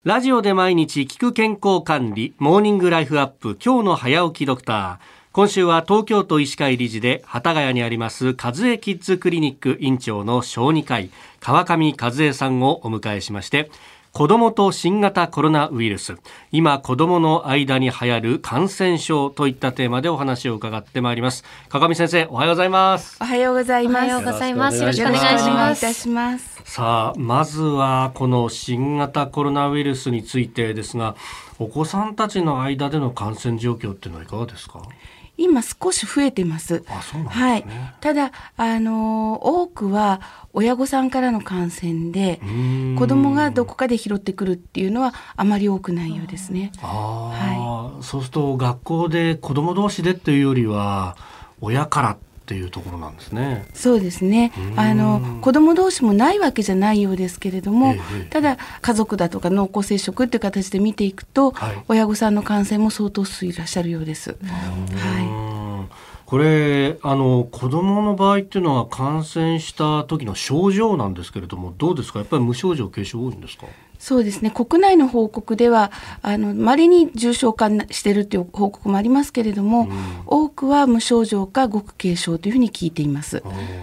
ラジオで毎日聞く健康管理モーニングライフアップ、今日の早起きドクター。今週は東京都医師会理事で幡ヶ谷にあります和江キッズクリニック院長の小児科医川上和江さんをお迎えしまして、子どもと新型コロナウイルス、今子どもの間に流行る感染症といったテーマでお話を伺ってまいります。川上先生、おはようございます。 おはようございます。 おはようございます。よろしくお願いします。 さあ、まずはこの新型コロナウイルスについてですが、お子さんたちの間での感染状況っていうのはいかがですか？ 今少し増えてます。 あ、そうなんですね。 はい、ただ多くは親御さんからの感染で、子供がどこかで拾ってくるっていうのはあまり多くないようですね。 そうすると学校で子供同士でっていうよりは親からっていうところなんですね。 そうですね。子供同士もないわけじゃないようですけれども、ただ家族だとか濃厚接触っていう形で見ていくと、親御さんの感染も相当数いらっしゃるようです。 これ子供の場合っていうのは感染した時の症状なんですけれども、どうですか？やっぱり無症状軽症多いんですか？ そうですね。国内の報告では稀に重症化しているという報告もありますけれども、多くは無症状かごく軽症というふうに聞いています。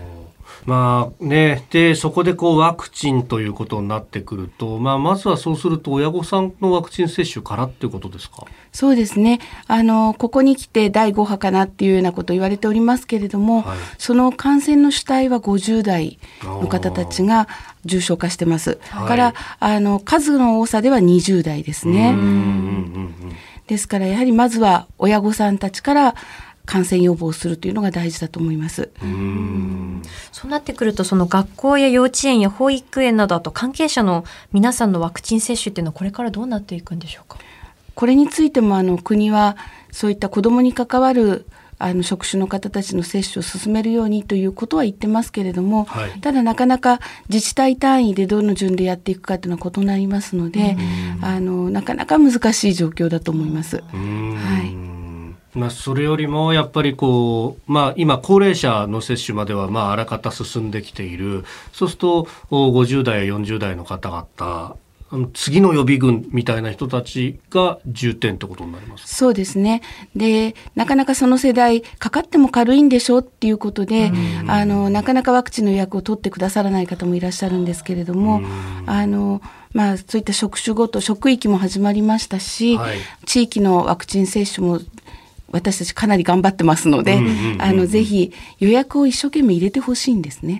でそこでワクチンということになってくると、まずはそうすると親御さんのワクチン接種からっていうことですか？ そうですね。ここに来て第5波かなっていうようなことを言われておりますけれども、その感染の主体は50代の方たちが重症化してます。から数の多さでは20代ですね。ですからやはりまずは親御さんたちから感染予防するというのが大事だと思います。 そうなってくると、その学校や幼稚園や保育園など、あと関係者の皆さんのワクチン接種っていうのはこれからどうなっていくんでしょうか？ これについても国はそういった子どもに関わる職種の方たちの接種を進めるようにということは言ってますけれども、ただなかなか自治体単位でどの順でやっていくかというのは異なりますので、なかなか難しい状況だと思います。 それよりもやっぱり今高齢者の接種まではあらかた進んできている。そうすると50代や40代の方々、次の予備軍みたいな人たちが重点ってことになります。 そうですね。で、なかなかその世代かかっても軽いんでしょっていうことで、なかなかワクチンの予約を取ってくださらない方もいらっしゃるんですけれども、そういった職種ごと職域も始まりましたし、地域のワクチン接種も私たちかなり頑張ってますので、ぜひ予約を一生懸命入れてほしいんですね。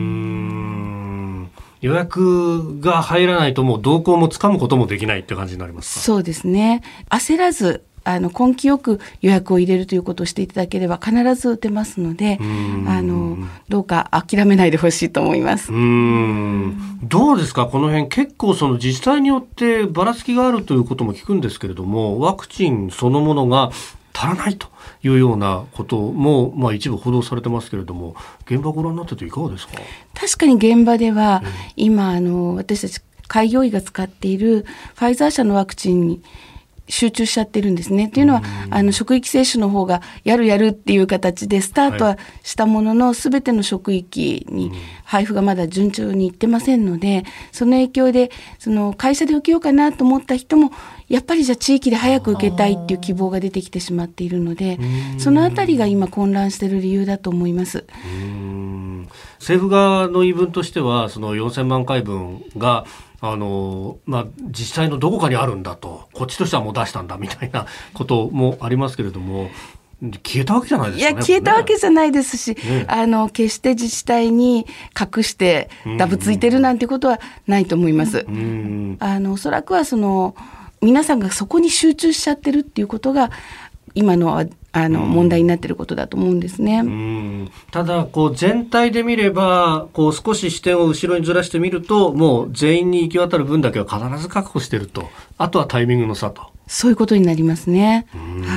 予約が入らないともう動向もつかむこともできないって感じになりますか？ そうですね。焦らず根気よく予約を入れるということをしていただければ必ず打てますので、どうか諦めないでほしいと思います。 どうですか？この辺結構その自治体によってばらつきがあるということも聞くんですけれども、ワクチンそのものが足らないというようなことも、一部報道されてますけれども、現場ご覧になってていかがですか？ 確かに現場では、今私たち開業医が使っているファイザー社のワクチンに集中しちゃってるんですね。というのは職域接種の方がやるっていう形でスタートはしたものの、全ての職域に配布がまだ順調にいってませんので、その影響で会社で受けようかなと思った人もやっぱりじゃあ地域で早く受けたいっていう希望が出てきてしまっているので、そのあたりが今混乱している理由だと思います。 政府側の言い分としては、その4000万回分が自治体のどこかにあるんだと、こっちとしてはもう出したんだみたいなこともありますけれども、消えたわけじゃないですかね。 消えたわけじゃないですし、決して自治体に隠してダブついてるなんてことはないと思います。おそらくは皆さんがそこに集中しちゃってるっていうことが今の問題になっていることだと思うんですね。 ただ全体で見れば少し視点を後ろにずらしてみると、もう全員に行き渡る分だけは必ず確保していると、あとはタイミングの差と、 そういうことになりますね。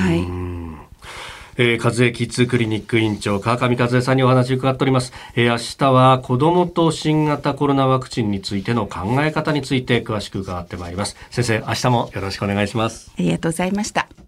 和江キッズクリニック院長川上和江さんにお話を伺っております。明日は子どもと新型コロナワクチンについての考え方について詳しく伺ってまいります。先生、明日もよろしくお願いします。 ありがとうございました。